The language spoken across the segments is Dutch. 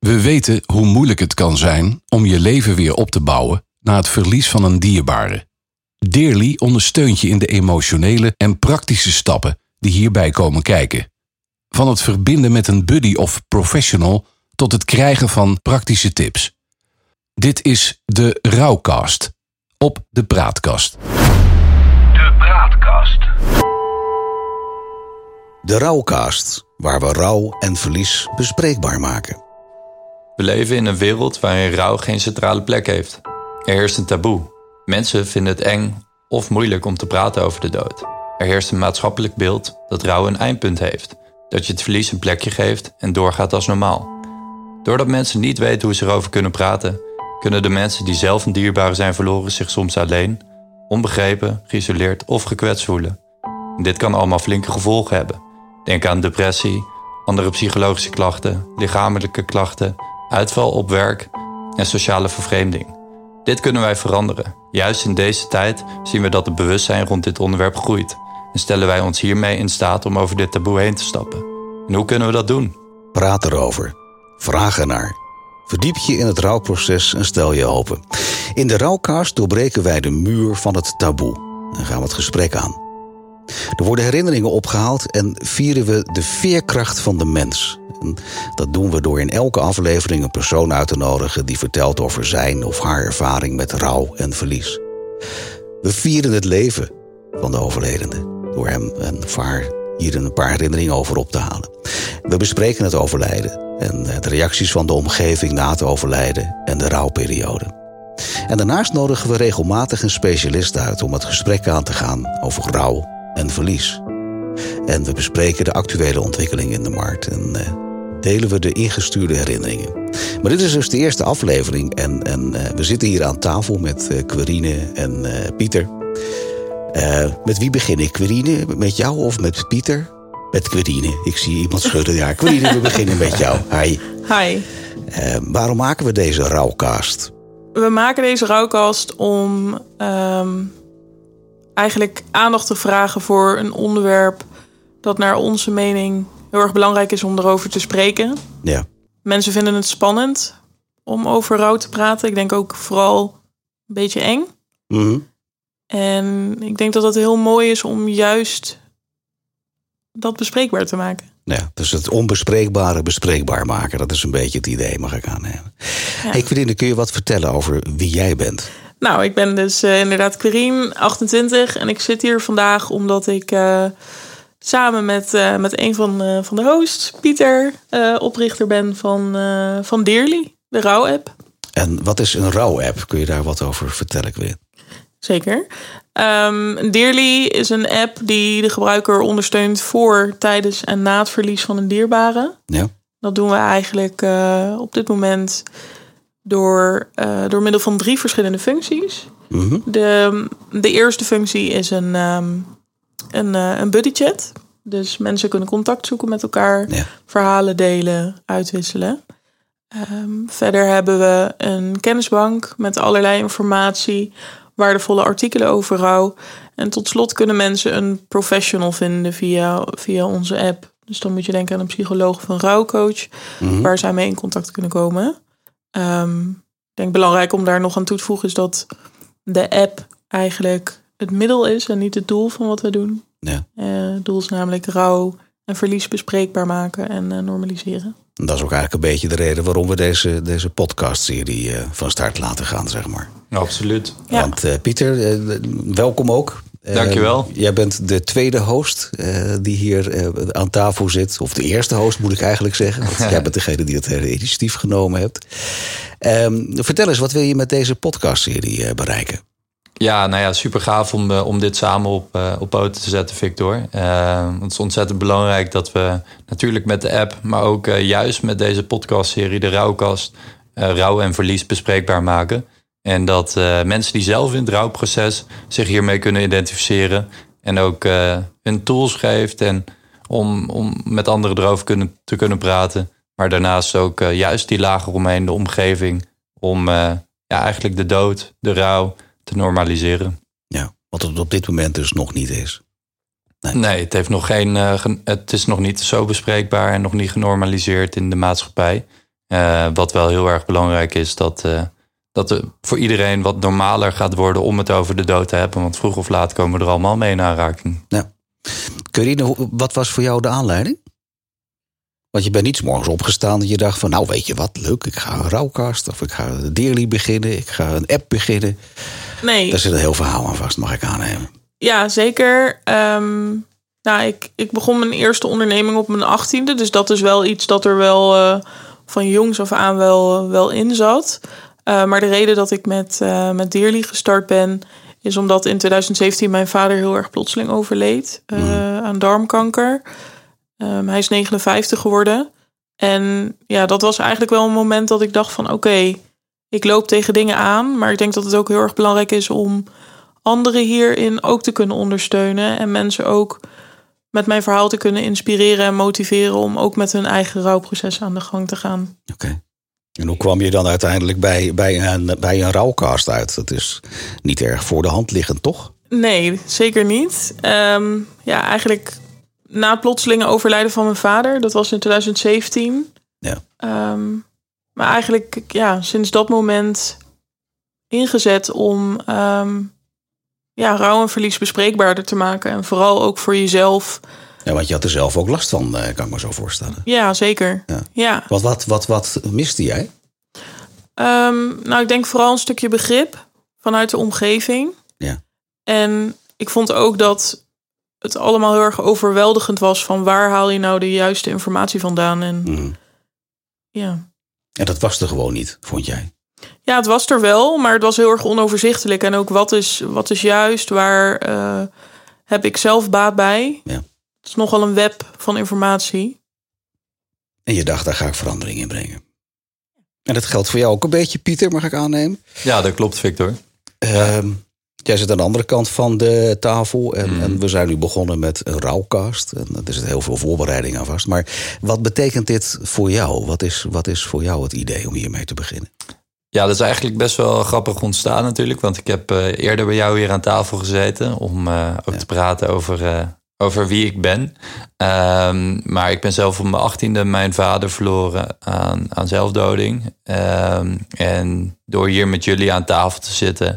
We weten hoe moeilijk het kan zijn om je leven weer op te bouwen na het verlies van een dierbare. Dearly ondersteunt je in de emotionele en praktische stappen die hierbij komen kijken. Van het verbinden met een buddy of professional tot het krijgen van praktische tips. Dit is de Rouwcast op de Praatkast. De Praatkast. De Rouwcast, waar we rouw en verlies bespreekbaar maken. We leven in een wereld waarin rouw geen centrale plek heeft. Er heerst een taboe. Mensen vinden het eng of moeilijk om te praten over de dood. Er heerst een maatschappelijk beeld dat rouw een eindpunt heeft. Dat je het verlies een plekje geeft en doorgaat als normaal. Doordat mensen niet weten hoe ze erover kunnen praten, kunnen de mensen die zelf een dierbare zijn verloren zich soms alleen, onbegrepen, geïsoleerd of gekwetst voelen. En dit kan allemaal flinke gevolgen hebben. Denk aan depressie, andere psychologische klachten, lichamelijke klachten, uitval op werk en sociale vervreemding. Dit kunnen wij veranderen. Juist in deze tijd zien we dat het bewustzijn rond dit onderwerp groeit. En stellen wij ons hiermee in staat om over dit taboe heen te stappen. En hoe kunnen we dat doen? Praat erover. Vraag ernaar. Verdiep je in het rouwproces en stel je open. In de Rouwcast doorbreken wij de muur van het taboe. En gaan we het gesprek aan. Er worden herinneringen opgehaald en vieren we de veerkracht van de mens. En dat doen we door in elke aflevering een persoon uit te nodigen die vertelt over zijn of haar ervaring met rouw en verlies. We vieren het leven van de overledene door hem en of haar hier een paar herinneringen over op te halen. We bespreken het overlijden en de reacties van de omgeving na het overlijden en de rouwperiode. En daarnaast nodigen we regelmatig een specialist uit om het gesprek aan te gaan over rouw en verlies. En we bespreken de actuele ontwikkelingen in de markt en delen we de ingestuurde herinneringen. Maar dit is dus de eerste aflevering en we zitten hier aan tafel met Quirine en Pieter. Met wie begin ik? Quirine, met jou of met Pieter? Met Quirine. Ik zie iemand schudden. Ja, Quirine, we beginnen met jou. Hi. Hi. Waarom maken we deze Rouwcast? We maken deze Rouwcast om eigenlijk aandacht te vragen voor een onderwerp dat naar onze mening heel erg belangrijk is om erover te spreken. Ja. Mensen vinden het spannend om over rouw te praten. Ik denk ook vooral een beetje eng. Mm-hmm. En ik denk dat het heel mooi is om juist dat bespreekbaar te maken. Ja, dus het onbespreekbare bespreekbaar maken. Dat is een beetje het idee, mag ik aannemen. Ja. Hey Quirine, kun je wat vertellen over wie jij bent? Nou, ik ben dus inderdaad Quirine, 28. En ik zit hier vandaag omdat ik samen met een van de hosts, Pieter, oprichter ben van Dearly, de rouw-app. En wat is een rouw-app? Kun je daar wat over vertellen, Quirine? Zeker. Dearly is een app die de gebruiker ondersteunt voor, tijdens en na het verlies van een dierbare. Ja. Dat doen we eigenlijk op dit moment door middel van 3 verschillende functies. Mm-hmm. De eerste functie is een buddy chat. Dus mensen kunnen contact zoeken met elkaar, verhalen delen, uitwisselen. Verder hebben we een kennisbank met allerlei informatie, waardevolle artikelen over rouw. En tot slot kunnen mensen een professional vinden via onze app. Dus dan moet je denken aan een psycholoog of een rouwcoach, waar zij mee in contact kunnen komen. Ik denk belangrijk om daar nog aan toe te voegen is dat de app eigenlijk het middel is en niet het doel van wat we doen. Ja. Het doel is namelijk rouw en verlies bespreekbaar maken en normaliseren. En dat is ook eigenlijk een beetje de reden waarom we deze podcastserie van start laten gaan, zeg maar. Absoluut. Ja. Want Pieter, welkom ook. Dankjewel. Jij bent de tweede host die hier aan tafel zit. Of de eerste host moet ik eigenlijk zeggen. Want jij bent degene die het hele initiatief genomen hebt. Vertel eens, wat wil je met deze podcastserie bereiken? Ja, nou ja, super gaaf om dit samen op poten te zetten, Victor. Het is ontzettend belangrijk dat we natuurlijk met de app, maar ook juist met deze podcastserie, de Rouwcast, rouw en verlies bespreekbaar maken. En dat mensen die zelf in het rouwproces zich hiermee kunnen identificeren en ook hun tools geeft en om met anderen erover te kunnen praten. Maar daarnaast ook juist die lagen omheen, de omgeving, om eigenlijk de dood, de rouw te normaliseren. Ja, wat het op dit moment dus nog niet is. Nee, het heeft nog het is nog niet zo bespreekbaar en nog niet genormaliseerd in de maatschappij. Wat wel heel erg belangrijk is, dat er voor iedereen wat normaler gaat worden om het over de dood te hebben. Want vroeg of laat komen we er allemaal mee in aanraking. Ja. Corine, wat was voor jou de aanleiding? Want je bent niet 's morgens opgestaan dat je dacht van, nou weet je wat, leuk, ik ga een rouwcast of ik ga Dearly beginnen, ik ga een app beginnen. Nee. Daar zit een heel verhaal aan vast, mag ik aannemen. Ja, zeker. Ik begon mijn eerste onderneming op mijn 18e. Dus dat is wel iets dat er wel van jongs af aan wel in zat. Maar de reden dat ik met Dearly gestart ben, is omdat in 2017 mijn vader heel erg plotseling overleed aan darmkanker. Hij is 59 geworden. En ja, dat was eigenlijk wel een moment dat ik dacht van oké, ik loop tegen dingen aan. Maar ik denk dat het ook heel erg belangrijk is om anderen hierin ook te kunnen ondersteunen. En mensen ook met mijn verhaal te kunnen inspireren en motiveren om ook met hun eigen rouwproces aan de gang te gaan. Oké. En hoe kwam je dan uiteindelijk bij een rouwcast uit? Dat is niet erg voor de hand liggend, toch? Nee, zeker niet. Eigenlijk na het plotselinge overlijden van mijn vader, dat was in 2017. Ja. Maar eigenlijk sinds dat moment ingezet om rouw en verlies bespreekbaarder te maken. En vooral ook voor jezelf. Ja, want je had er zelf ook last van, kan ik me zo voorstellen. Ja, zeker. Ja. Wat miste jij? Ik denk vooral een stukje begrip vanuit de omgeving. Ja. En ik vond ook dat het allemaal heel erg overweldigend was van waar haal je nou de juiste informatie vandaan. En ja. En dat was er gewoon niet, vond jij? Ja, het was er wel, maar het was heel erg onoverzichtelijk. En ook wat is juist, waar heb ik zelf baat bij? Ja. Het is nogal een web van informatie. En je dacht, daar ga ik verandering in brengen. En dat geldt voor jou ook een beetje, Pieter, mag ik aannemen? Ja, dat klopt, Victor. Jij zit aan de andere kant van de tafel. En we zijn nu begonnen met een rouwcast. En er zit heel veel voorbereiding aan vast. Maar wat betekent dit voor jou? Wat is voor jou het idee om hiermee te beginnen? Ja, dat is eigenlijk best wel grappig ontstaan natuurlijk. Want ik heb eerder bij jou hier aan tafel gezeten om ook te praten over wie ik ben. Maar ik ben zelf op mijn 18e mijn vader verloren aan zelfdoding. En door hier met jullie aan tafel te zitten,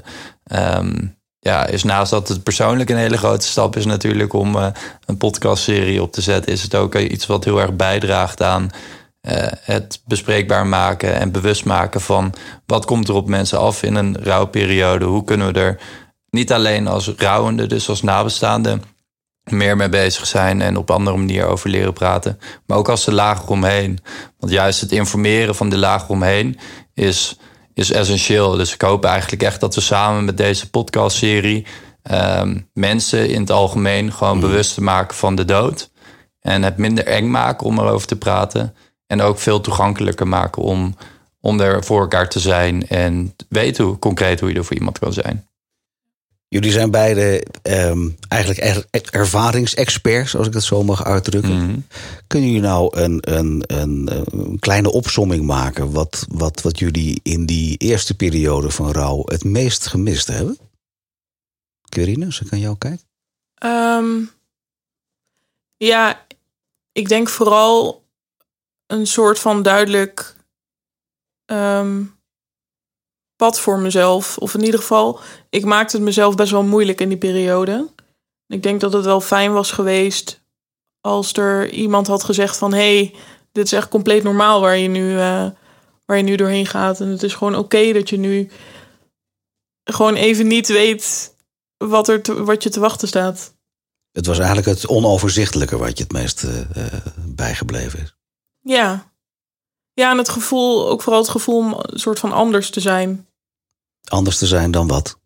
is naast dat het persoonlijk een hele grote stap is natuurlijk om een podcastserie op te zetten, is het ook iets wat heel erg bijdraagt aan het bespreekbaar maken en bewust maken van wat komt er op mensen af in een rouwperiode. Hoe kunnen we er niet alleen als rouwende, dus als nabestaande, meer mee bezig zijn en op andere manier over leren praten. Maar ook als de laag eromheen. Want juist het informeren van de laag eromheen is essentieel. Dus ik hoop eigenlijk echt dat we samen met deze podcastserie mensen in het algemeen gewoon bewust te maken van de dood. En het minder eng maken om erover te praten. En ook veel toegankelijker maken om er voor elkaar te zijn. En weten concreet hoe je er voor iemand kan zijn. Jullie zijn beide eigenlijk ervaringsexperts, als ik het zo mag uitdrukken. Mm-hmm. Kunnen jullie nou een kleine opsomming maken wat jullie in die eerste periode van rouw het meest gemist hebben? Corine, als ik aan jou kijk. Ik denk vooral een soort van duidelijk pad voor mezelf. Of in ieder geval, ik maakte het mezelf best wel moeilijk in die periode. Ik denk dat het wel fijn was geweest als er iemand had gezegd van hey, dit is echt compleet normaal waar je nu doorheen gaat. En het is gewoon oké dat je nu gewoon even niet weet wat je te wachten staat. Het was eigenlijk het onoverzichtelijke wat je het meest bijgebleven is. Ja. Ja, en het gevoel, ook vooral het gevoel om een soort van anders te zijn. Anders te zijn dan wat?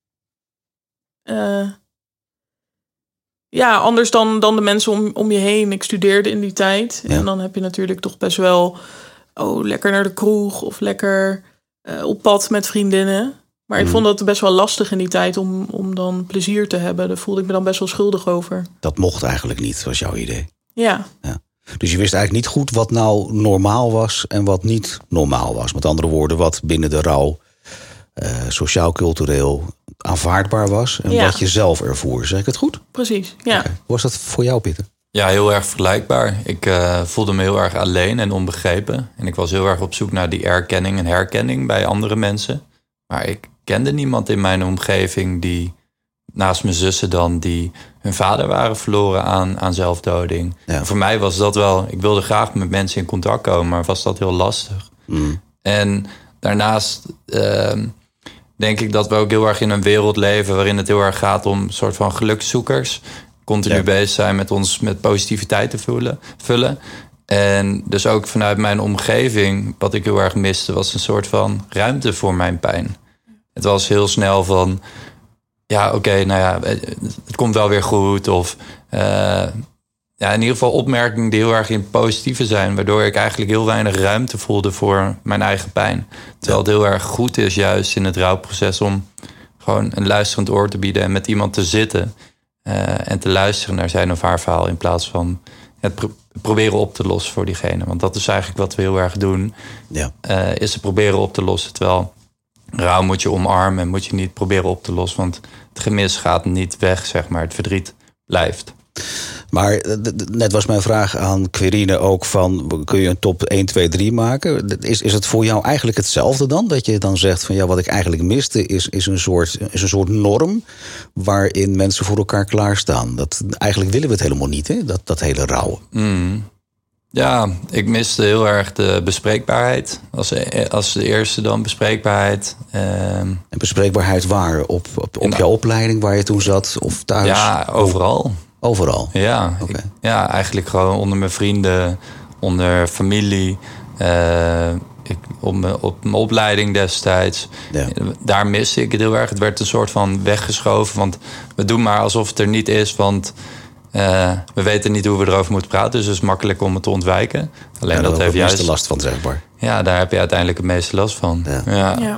Anders dan de mensen om je heen. Ik studeerde in die tijd. Ja. En dan heb je natuurlijk toch best wel lekker naar de kroeg of lekker op pad met vriendinnen. Maar ik vond dat best wel lastig in die tijd om dan plezier te hebben. Daar voelde ik me dan best wel schuldig over. Dat mocht eigenlijk niet, was jouw idee. Ja. Dus je wist eigenlijk niet goed wat nou normaal was en wat niet normaal was. Met andere woorden, wat binnen de rouw sociaal-cultureel aanvaardbaar was. En wat je zelf ervoer. Zeg ik het goed? Precies, ja. Okay. Hoe was dat voor jou, Pieter? Ja, heel erg vergelijkbaar. Ik voelde me heel erg alleen en onbegrepen. En ik was heel erg op zoek naar die erkenning en herkenning bij andere mensen. Maar ik kende niemand in mijn omgeving die, naast mijn zussen dan, die hun vader waren verloren aan zelfdoding. Ja. Voor mij was dat wel, ik wilde graag met mensen in contact komen, maar was dat heel lastig. En daarnaast denk ik dat we ook heel erg in een wereld leven waarin het heel erg gaat om een soort van gelukszoekers. Continu bezig zijn met ons met positiviteit te vullen. En dus ook vanuit mijn omgeving, wat ik heel erg miste, was een soort van ruimte voor mijn pijn. Het was heel snel van, het komt wel weer goed. Of in ieder geval opmerkingen die heel erg in positieve zijn, waardoor ik eigenlijk heel weinig ruimte voelde voor mijn eigen pijn. Terwijl het heel erg goed is juist in het rouwproces om gewoon een luisterend oor te bieden en met iemand te zitten en te luisteren naar zijn of haar verhaal in plaats van het proberen op te lossen voor diegene. Want dat is eigenlijk wat we heel erg doen, is te proberen op te lossen. Terwijl rouw moet je omarmen en moet je niet proberen op te lossen, want het gemis gaat niet weg, zeg maar. Het verdriet blijft. Maar net was mijn vraag aan Quirine ook van, kun je een top 1, 2, 3 maken? Is het voor jou eigenlijk hetzelfde dan? Dat je dan zegt van, wat ik eigenlijk miste is een soort norm waarin mensen voor elkaar klaarstaan. Eigenlijk willen we het helemaal niet, hè? Dat hele rouwen. Ja, ik miste heel erg de bespreekbaarheid. Als de eerste dan bespreekbaarheid. En bespreekbaarheid waar? Op jouw opleiding waar je toen zat? Of thuis? Ja, overal. Overal? Ja, okay. Eigenlijk gewoon onder mijn vrienden, onder familie. Op mijn opleiding destijds. Ja. Daar miste ik het heel erg. Het werd een soort van weggeschoven. Want we doen maar alsof het er niet is. Want we weten niet hoe we erover moeten praten. Dus het is makkelijk om het te ontwijken. Alleen dat heeft juist de last van, zeg maar. Ja, daar heb je uiteindelijk het meeste last van. Ja.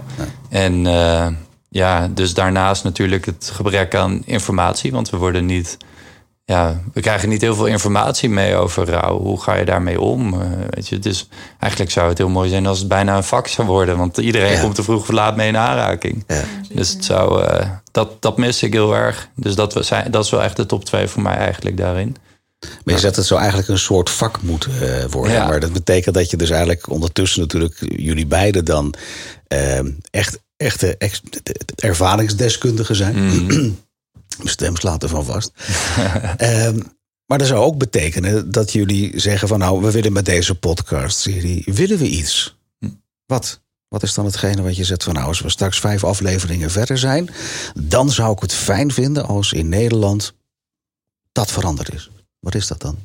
En dus daarnaast natuurlijk het gebrek aan informatie. Want we worden niet... we krijgen niet heel veel informatie mee over rouw. Hoe ga je daarmee om? Weet je, dus eigenlijk zou het heel mooi zijn als het bijna een vak zou worden. Want iedereen komt er vroeg of laat mee in aanraking. Ja. Dus het zou, dat mis ik heel erg. Dus dat is wel echt de top 2 voor mij eigenlijk daarin. Maar je zegt het zou eigenlijk een soort vak moeten worden. Ja. Maar dat betekent dat je dus eigenlijk ondertussen natuurlijk, jullie beiden dan echte ervaringsdeskundigen zijn. Mijn stem slaat ervan vast. Maar dat zou ook betekenen dat jullie zeggen van, we willen met deze podcastserie, willen we iets? Wat? Wat is dan hetgene wat je zegt van, als we straks 5 afleveringen verder zijn, dan zou ik het fijn vinden als in Nederland dat veranderd is. Wat is dat dan?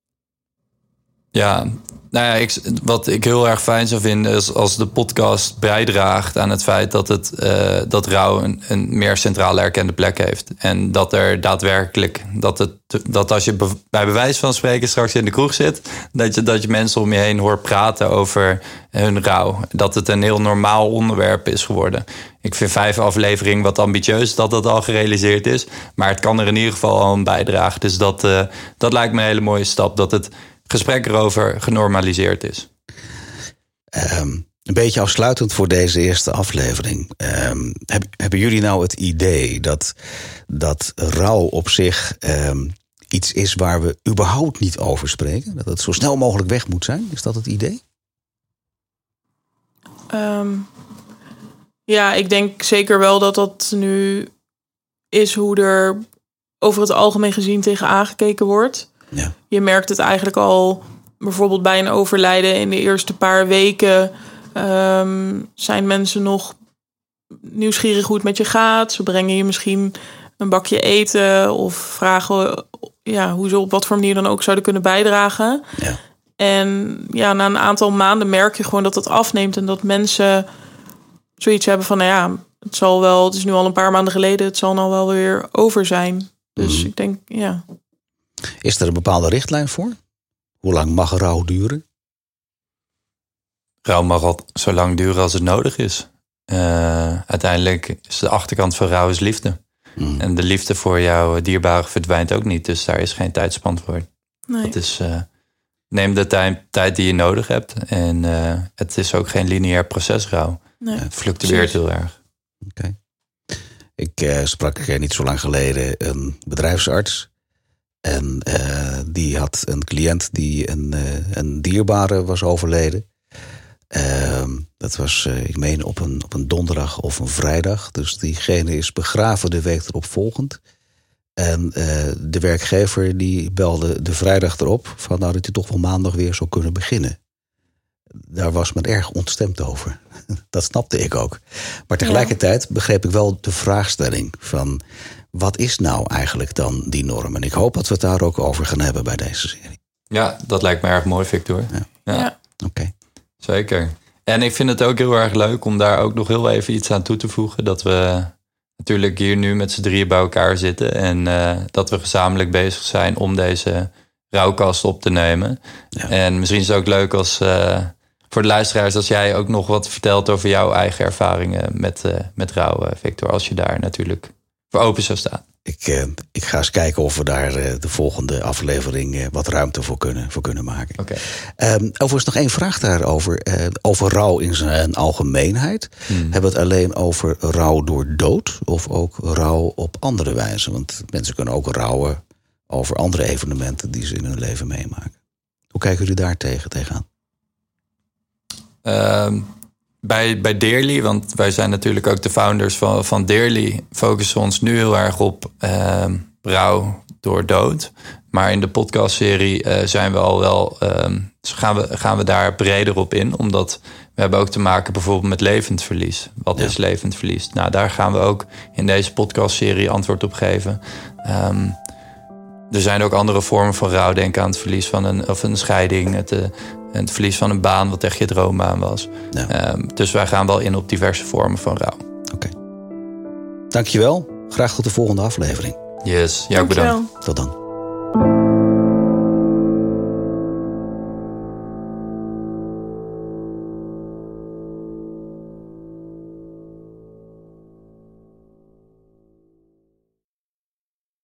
Ja, wat ik heel erg fijn zou vinden is als de podcast bijdraagt aan het feit dat rouw een meer centrale erkende plek heeft. En dat er daadwerkelijk, dat als je bij bewijs van spreken straks in de kroeg zit, dat je mensen om je heen hoort praten over hun rouw. Dat het een heel normaal onderwerp is geworden. Ik vind 5 afleveringen wat ambitieus dat al gerealiseerd is. Maar het kan er in ieder geval al aan bijdragen. Dus dat lijkt me een hele mooie stap. Dat het gesprek erover genormaliseerd is. Een beetje afsluitend voor deze eerste aflevering. Hebben jullie nou het idee dat rouw op zich iets is waar we überhaupt niet over spreken? Dat het zo snel mogelijk weg moet zijn? Is dat het idee? Ik denk zeker wel dat nu is hoe er over het algemeen gezien tegen aangekeken wordt. Ja. Je merkt het eigenlijk al bijvoorbeeld bij een overlijden in de eerste paar weken. Zijn mensen nog nieuwsgierig hoe het met je gaat? Ze brengen je misschien een bakje eten of vragen hoe ze op wat voor manier dan ook zouden kunnen bijdragen. Ja. En na een aantal maanden merk je gewoon dat het afneemt en dat mensen zoiets hebben van, het is nu al een paar maanden geleden, het zal nou wel weer over zijn. Dus ik denk, Is er een bepaalde richtlijn voor? Hoe lang mag rouw duren? Rouw mag al zo lang duren als het nodig is. Uiteindelijk is de achterkant van rouw is liefde. En de liefde voor jouw dierbare verdwijnt ook niet. Dus daar is geen tijdspan voor. Nee. Dat is, neem de tijd die je nodig hebt. En het is ook geen lineair proces rouw. Nee, het fluctueert heel erg. Okay. Ik sprak niet zo lang geleden een bedrijfsarts. En die had een cliënt die een dierbare was overleden. Dat was, ik meen, op een donderdag of een vrijdag. Dus diegene is begraven de week erop volgend. En de werkgever die belde de vrijdag erop van dat hij toch wel maandag weer zou kunnen beginnen. Daar was men erg ontstemd over. Dat snapte ik ook. Maar tegelijkertijd begreep ik wel de vraagstelling van wat is nou eigenlijk dan die norm? En ik hoop dat we het daar ook over gaan hebben bij deze serie. Ja, dat lijkt me erg mooi, Victor. Ja. Oké. Zeker. En ik vind het ook heel erg leuk om daar ook nog heel even iets aan toe te voegen. Dat we natuurlijk hier nu met z'n drieën bij elkaar zitten. En dat we gezamenlijk bezig zijn om deze rouwkast op te nemen. Ja. En misschien is het ook leuk als voor de luisteraars als jij ook nog wat vertelt over jouw eigen ervaringen met rouw, Victor. Als je daar natuurlijk voor open zou staan. Ik ga eens kijken of we daar de volgende aflevering wat ruimte voor kunnen maken. Okay. Overigens nog één vraag daarover. Over rouw in zijn algemeenheid. Hebben we het alleen over rouw door dood of ook rouw op andere wijze? Want mensen kunnen ook rouwen over andere evenementen die ze in hun leven meemaken. Hoe kijken jullie daar tegenaan? Bij Dearly, want wij zijn natuurlijk ook de founders van Dearly, focussen we ons nu heel erg op rouw door dood. Maar in de podcastserie zijn we al wel, gaan we daar breder op in. Omdat we hebben ook te maken bijvoorbeeld met levend verlies. Wat is levend verlies? Nou, daar gaan we ook in deze podcastserie antwoord op geven. Er zijn ook andere vormen van rouw. Denk aan het verlies van een scheiding. Het verlies van een baan wat echt je droombaan was. Ja. Dus wij gaan wel in op diverse vormen van rouw. Oké. Dankjewel. Graag tot de volgende aflevering. Yes, jou bedankt. Tot dan.